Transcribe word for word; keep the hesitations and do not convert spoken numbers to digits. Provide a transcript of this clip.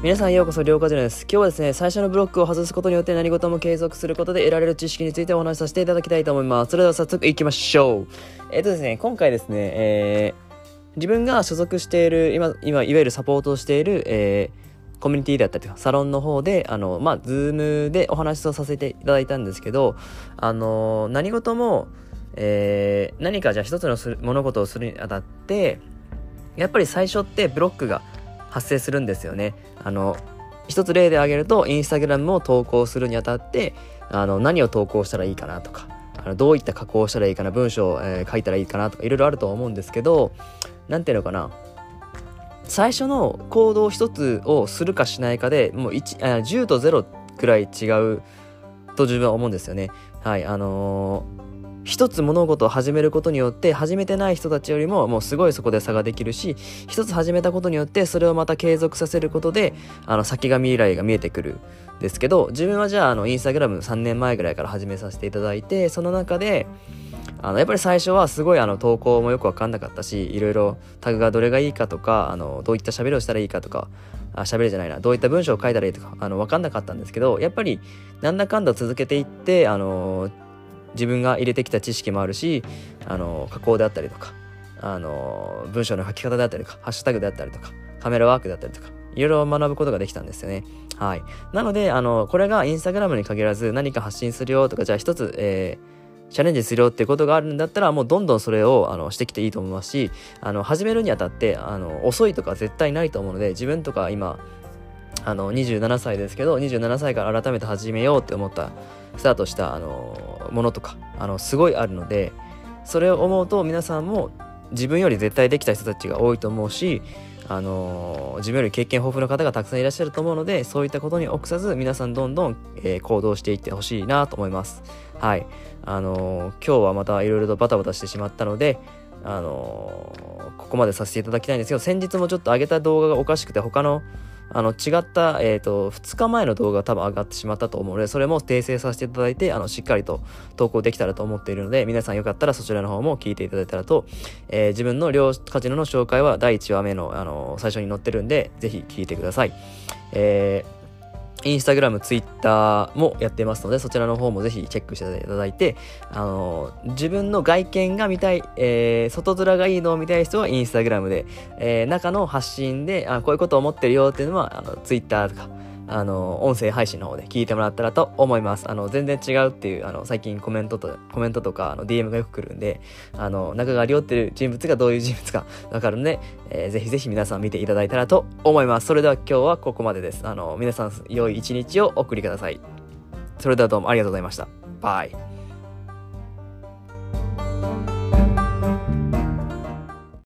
皆さんようこそ、りょうかじゅんです。今日はですね、最初のブロックを外すことによって何事も継続することで得られる知識についてお話しさせていただきたいと思います。それでは早速いきましょう。えっとですね、今回ですね、えー、自分が所属している、今、今いわゆるサポートをしている、えー、コミュニティであったりとか、サロンの方で、あの、まあ、ズームでお話をさせていただいたんですけど、あの、何事も、えー、何かじゃあ一つの物事をするにあたって、やっぱり最初ってブロックが発生するんですよね。あの一つ例で挙げると、インスタグラムを投稿するにあたってあの何を投稿したらいいかなとか、あのどういった加工をしたらいいかな、文章を、えー、書いたらいいかなとか、いろいろあると思うんですけど、なんていうのかな、最初の行動一つをするかしないかでもういちあじゅうとゼロくらい違うと自分は思うんですよね。はい、あのー一つ物事を始めることによって、始めてない人たちよりももうすごいそこで差ができるし、一つ始めたことによってそれをまた継続させることで、あの先が未来が見えてくるんですけど、自分はじゃああのインスタグラムさんねんまえぐらいから始めさせていただいて、その中であのやっぱり最初はすごいあの投稿もよく分かんなかったし、いろいろタグがどれがいいかとか、あのどういった喋りをしたらいいかとか、あ喋りじゃないなどういった文章を書いたらいいとか、あの分かんなかったんですけど、やっぱりなんだかんだ続けていって、あの自分が入れてきた知識もあるし、あの加工であったりとか、あの文章の書き方であったりとか、ハッシュタグであったりとか、カメラワークであったりとか、いろいろ学ぶことができたんですよね。はい。なのであのこれがインスタグラムに限らず、何か発信するよとか、じゃあ一つ、えー、チャレンジするよっていうことがあるんだったら、もうどんどんそれをあのしてきていいと思いますし、あの始めるにあたってあの遅いとか絶対ないと思うので、自分とか今あのにじゅうななさいですけど、にじゅうななさいから改めて始めようって思ったスタートしたあのものとか、あのすごいあるので、それを思うと皆さんも自分より絶対できた人たちが多いと思うし、あの自分より経験豊富な方がたくさんいらっしゃると思うので、そういったことに臆さず皆さんどんどん、えー、行動していってほしいなと思います。はい。あの今日はまたいろいろとバタバタしてしまったので、あのここまでさせていただきたいんですけど、先日もちょっと上げた動画がおかしくて、他のあの違った、えーと、ふつかまえの動画が多分上がってしまったと思うので、それも訂正させていただいて、あのしっかりと投稿できたらと思っているので、皆さんよかったらそちらの方も聞いていただいたらと、えー、自分の両カジノの紹介はだいいちわめの、あの最初に載ってるんで、ぜひ聞いてください。えーインスタグラム、ツイッターもやってますので、そちらの方もぜひチェックしていただいて、あの自分の外見が見たい、えー、外面がいいのを見たい人はインスタグラムで、えー、中の発信で、あこういうことを思ってるよっていうのはあのツイッターとか、あの音声配信の方で聞いてもらったらと思います。あの全然違うっていう、あの最近コメントとコメントとかあの ディーエム がよく来るんで、あの中川亮っていう人物がどういう人物か分かるんで、えー、ぜひぜひ皆さん見ていただいたらと思います。それでは今日はここまでです。あの皆さん良い一日をお送りください。それではどうもありがとうございました。バイ。